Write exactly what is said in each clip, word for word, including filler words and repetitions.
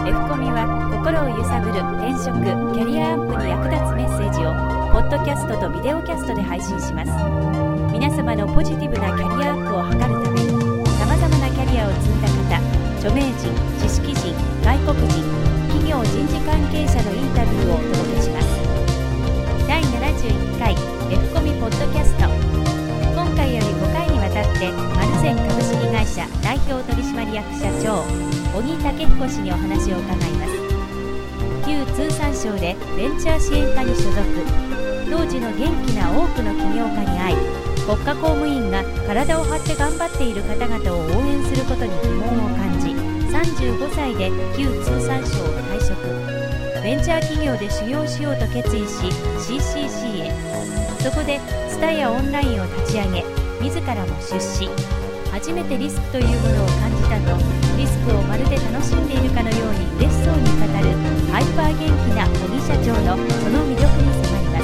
F コミは心を揺さぶる転職・キャリアアップに役立つメッセージをポッドキャストとビデオキャストで配信します。皆様のポジティブなキャリアアップを図るために、さまざまなキャリアを積んだ方、著名人、知識人、外国人、企業人事関係者のインタビューをお届けします。だいななじゅういっかい F コミポッドキャスト、今回よりごかいにわたってマルゼン株式会社代表取締役社長小木武彦氏にお話を伺います。旧通産省でベンチャー支援課に所属、当時の元気な多くの起業家に会い、国家公務員が体を張って頑張っている方々を応援することに疑問を感じ、さんじゅうごさいで旧通産省を退職、ベンチャー企業で修行しようと決意し シーシーシー へ。そこでツタヤオンラインを立ち上げ、自らも出資。初めてリスクというものを感じたと、リスクをまるで楽しんでいるかのように嬉しそうに語るハイパー元気な小木社長のその魅力に迫ります。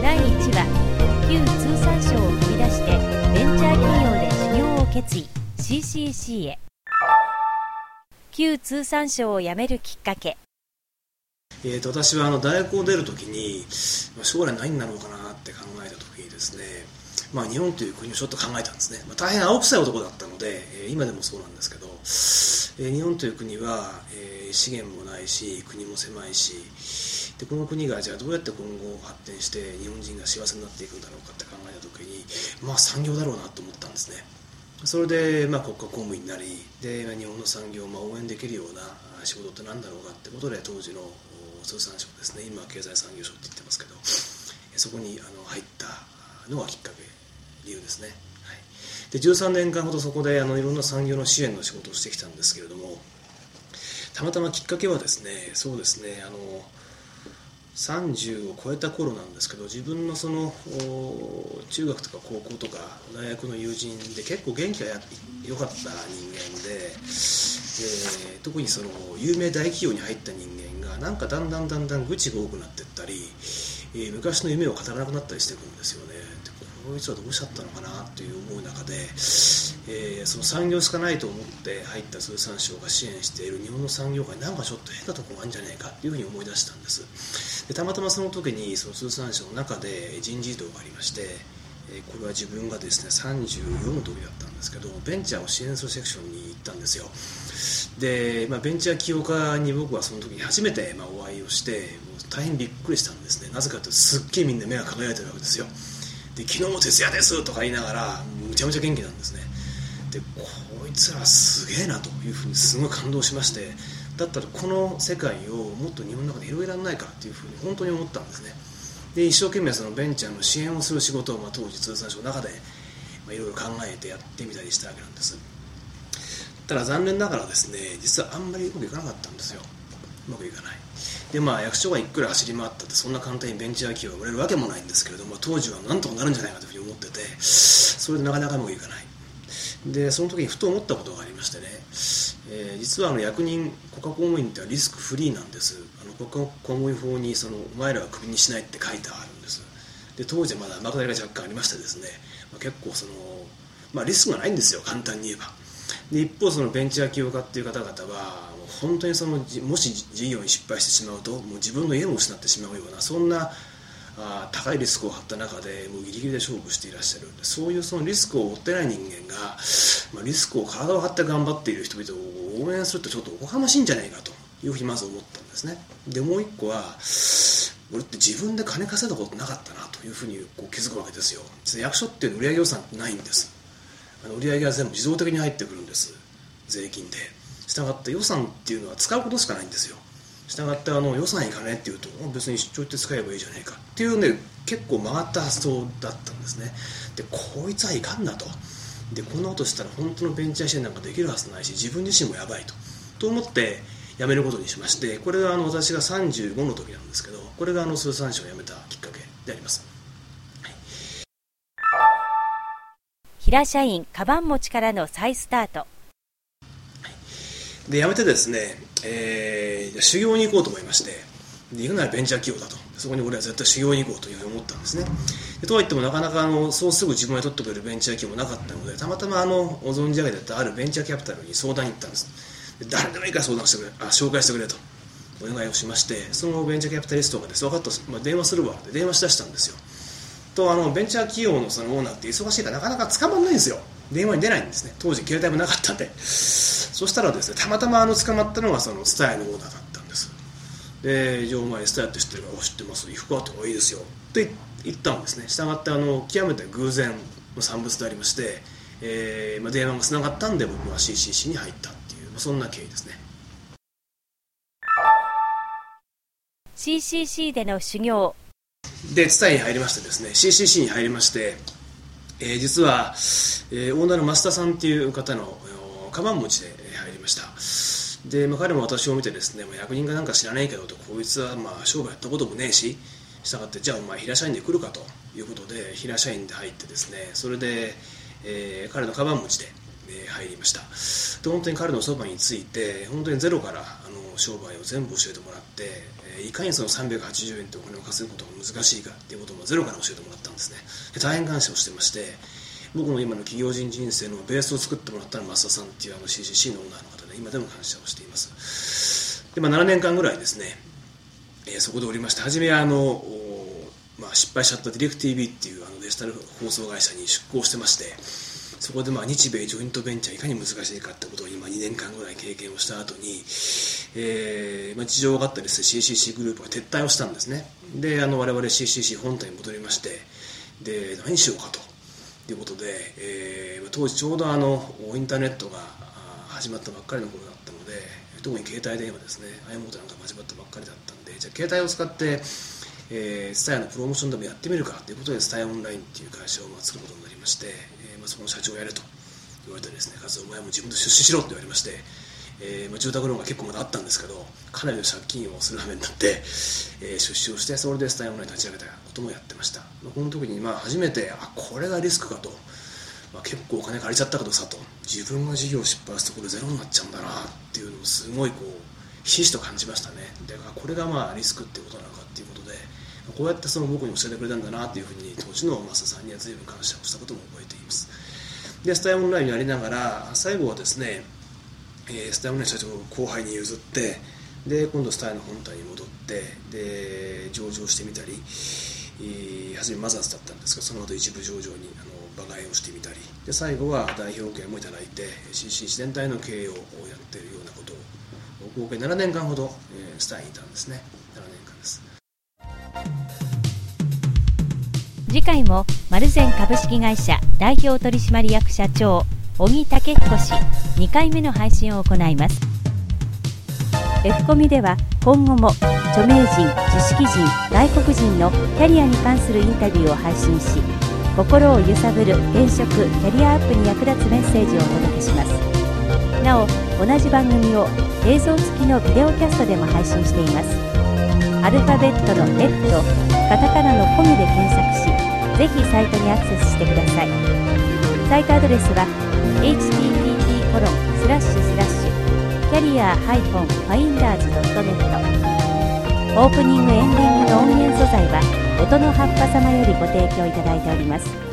だいいちわ、旧通産省を飛び出してベンチャー企業で修行を決意 シーシーシー へ。旧通産省を辞めるきっかけ。 えー、と私はあの大学を出るときに将来何になろうかなって考えたときにですね、まあ、日本という国をちょっと考えたんですね。まあ、大変青臭い男だったので、えー、今でもそうなんですけど、えー、日本という国は、えー、資源もないし国も狭いし、でこの国がじゃあどうやって今後発展して日本人が幸せになっていくんだろうかって考えたときに、まあ産業だろうなと思ったんですね。それで、まあ、国家公務員になり、で日本の産業をまあ応援できるような仕事って何だろうかってことで、当時の通産省ですね、今は経済産業省って言ってますけど、そこにあの入ったのがきっかけ、理由ですね。はい、でじゅうさんねんかんほどそこであのいろんな産業の支援の仕事をしてきたんですけれども、たまたまきっかけはですね、そうですね、あのさんじゅうを超えた頃なんですけど、自分のその中学とか高校とか大学の友人で結構元気が良かった人間で、えー、特にその有名大企業に入った人間がなんかだんだんだんだん愚痴が多くなっていったり、えー、昔の夢を語らなくなったりしていくんですよね。でこいつはどうしちゃったのかなという思う中で、えー、その産業しかないと思って入った通産省が支援している日本の産業界、なんかちょっと変なところがあるんじゃないかというふうに思い出したんです。でたまたまその時にその通産省の中で人事異動がありまして、これは自分がですねさんじゅうよんの時だったんですけど、ベンチャーを支援するセクションに行ったんですよ。で、まあ、ベンチャー起業家に僕はその時に初めてまあお会いをして、もう大変びっくりしたんですね。なぜかというと、すっげえみんな目が輝いてるわけですよ。で昨日も徹夜ですとか言いながらむちゃむちゃ元気なんですね。でこいつらすげえなというふうにすごい感動しまして、だったらこの世界をもっと日本の中で広げられないかというふうに本当に思ったんですね。で一生懸命そのベンチャーの支援をする仕事を、まあ、当時通産省の中でいろいろ考えてやってみたりしたわけなんです。ただ残念ながらですね、実はあんまりうまくいかなかったんですよ。うまくいかない。でまあ役所がいくら走り回ったってそんな簡単にベンチャー企業が売れるわけもないんですけれども、当時はなんとかなるんじゃないかというふうに思ってて、それでなかなかうまくいかない。でその時にふと思ったことがありましてね、えー、実はあの役人、国家公務員ってリスクフリーなんです。あの国家公務員法にそのお前らはクビにしないって書いてあるんです。で当時はまだ天下りが若干ありましてですね、まあ、結構その、まあ、リスクがないんですよ、簡単に言えば。で一方そのベンチャー起業家っていう方々はもう本当にそのもし事業に失敗してしまうともう自分の家も失ってしまうような、そんなあ高いリスクを張った中でもうギリギリで勝負していらっしゃる。そういうそのリスクを負ってない人間が、まあ、リスクを体を張って頑張っている人々を応援するとちょっとおこがましいんじゃないかというふうにまず思ったんですね。でもう一個は、俺って自分で金稼いだことなかったなというふうにこう気づくわけですよ。実は役所っていうの売上予算ってないんです。あの売上が全部自動的に入ってくるんです、税金で。したがって予算っていうのは使うことしかないんですよ。したがってあの予算いかねっていうと別に出張って使えばいいじゃないかっていうね、結構曲がった発想だったんですね。でこいつはいかんなと。でこんなことしたら本当のベンチャー支援なんかできるはずないし、自分自身もやばいとと思って辞めることにしまして、これがあの私がさんじゅうごの時なんですけど、これがあの通産省を辞めたきっかけであります。はい、 平社員カバン持ちからの再スタート。 で辞めてですね、えー、修行に行こうと思いまして、で行くならベンチャー企業だと、そこに俺は絶対修行に行こうというふうに思ったんですね。でとはいってもなかなかあのそうすぐ自分が取ってくれるベンチャー企業もなかったので、たまたまあのご存じ上げてたあるベンチャーキャピタルに相談に行ったんです。 誰でもいいから相談してくれ、あ紹介してくれとお願いをしまして、そのベンチャーキャピタリストがですね、分かった、まあ、電話するわって電話しだしたんですよ。とあのベンチャー企業のそのオーナーって忙しいからなかなか捕まらないんですよ。電話に出ないんですね。当時携帯もなかったんで。そしたらですね、たまたまあの捕まったのがそのツタヤのオーナーだったんです。で、じゃあお前ツタヤって知ってるから、知ってます、行くかって方がいいですよって言ったんですね。したがってあの極めて偶然の産物でありまして、えーまあ、電話がつながったんで僕は シーシーシー に入ったっていう、まあ、そんな経緯ですね。 シーシーシー での修行でツタヤに入りましてですね、 シーシーシー に入りまして、えー、実は、えー、オーナーの増田さんっていう方のカバン持ちで入りました。で、まあ、彼も私を見てですね、まあ、役人かなんか知らないけどと、こいつはまあ商売やったこともねえし、したがってじゃあお前平社員で来るかということで平社員で入ってですね、それで、えー、彼のカバン持ちで、えー、入りました。で本当に彼のそばについて本当にゼロからあの商売を全部教えてもらって、えー、いかにそのさんびゃくはちじゅうえんってお金を稼ぐことが難しいかっていうこともゼロから教えてもらったんですね。で大変感謝をしてまして、僕の今の企業人人生のベースを作ってもらったのは増田さんっていうあの シーシーシー のオーナーの方で、今でも感謝をしています。で、まあ、ななねんかんぐらいですね、えー、そこでおりまして、初めはあの、まあ、失敗しちゃったディレク ティーブイ っていうあのデジタル放送会社に出向してまして、そこでまあ日米ジョイントベンチャーいかに難しいかってことを今にねんかんぐらい経験をした後に、えーまあ、事情があったりですね、 シーシーシー グループが撤退をしたんですね。であの我々 シーシーシー 本体に戻りまして、で何しようかとということで、えー、当時ちょうどあのインターネットが始まったばっかりの頃だったので、特に携帯電話ですね、アイモードなんか始まったばっかりだったんで、じゃあ携帯を使ってえー、ツタヤのプロモーションでもやってみるかということでツタヤオンラインという会社をまあ作ることになりまして、えーまあ、その社長をやれと言われてですね、かつお前も自分で出資しろと言われまして、えーまあ、住宅ローンが結構まだあったんですけど、かなりの借金をする羽目になって、えー、出資をして、それでツタヤオンライン立ち上げたこともやってました。まあ、この時にまあ初めて、あこれがリスクかと、まあ、結構お金借りちゃったけどさと、自分が事業を失敗するとこれゼロになっちゃうんだなっていうのをすごいこうひしひしと感じましたね。でこれがまあリスクっていうことなのかっていうことで、こうやってその僕に教えてくれたんだなというふうに当時の増田さんには随分感謝をしたことも覚えています。でツタヤオンラインにやりながら、最後はですね、えー、ツタヤオンライン社長を後輩に譲って、で今度ツタヤの本体に戻って、で上場してみたり、えー、初めマザーズだったんですが、その後一部上場にあの場外をしてみたり、で最後は代表権もいただいて シーシーシー 全体の経営をやっているようなことを合計ななねんかんほど、えー、ツタヤにいたんですね。ななねんかんです。 次回もマルゼン株式会社代表取締役社長小木武彦氏にかいめの配信を行います。 F コミでは今後も著名人、知識人、外国人のキャリアに関するインタビューを配信し、心を揺さぶる転職・キャリアアップに役立つメッセージをお届けします。なお同じ番組を映像付きのビデオキャストでも配信しています。アルファベットの F とカタカナのコミで検索し、ぜひサイトにアクセスしてください。サイトアドレスは エイチティーティーティーコロンスラッシュスラッシュキャリアファインダーズドットネット。オープニングエンディングの音源素材は音の葉っぱ様よりご提供いただいております。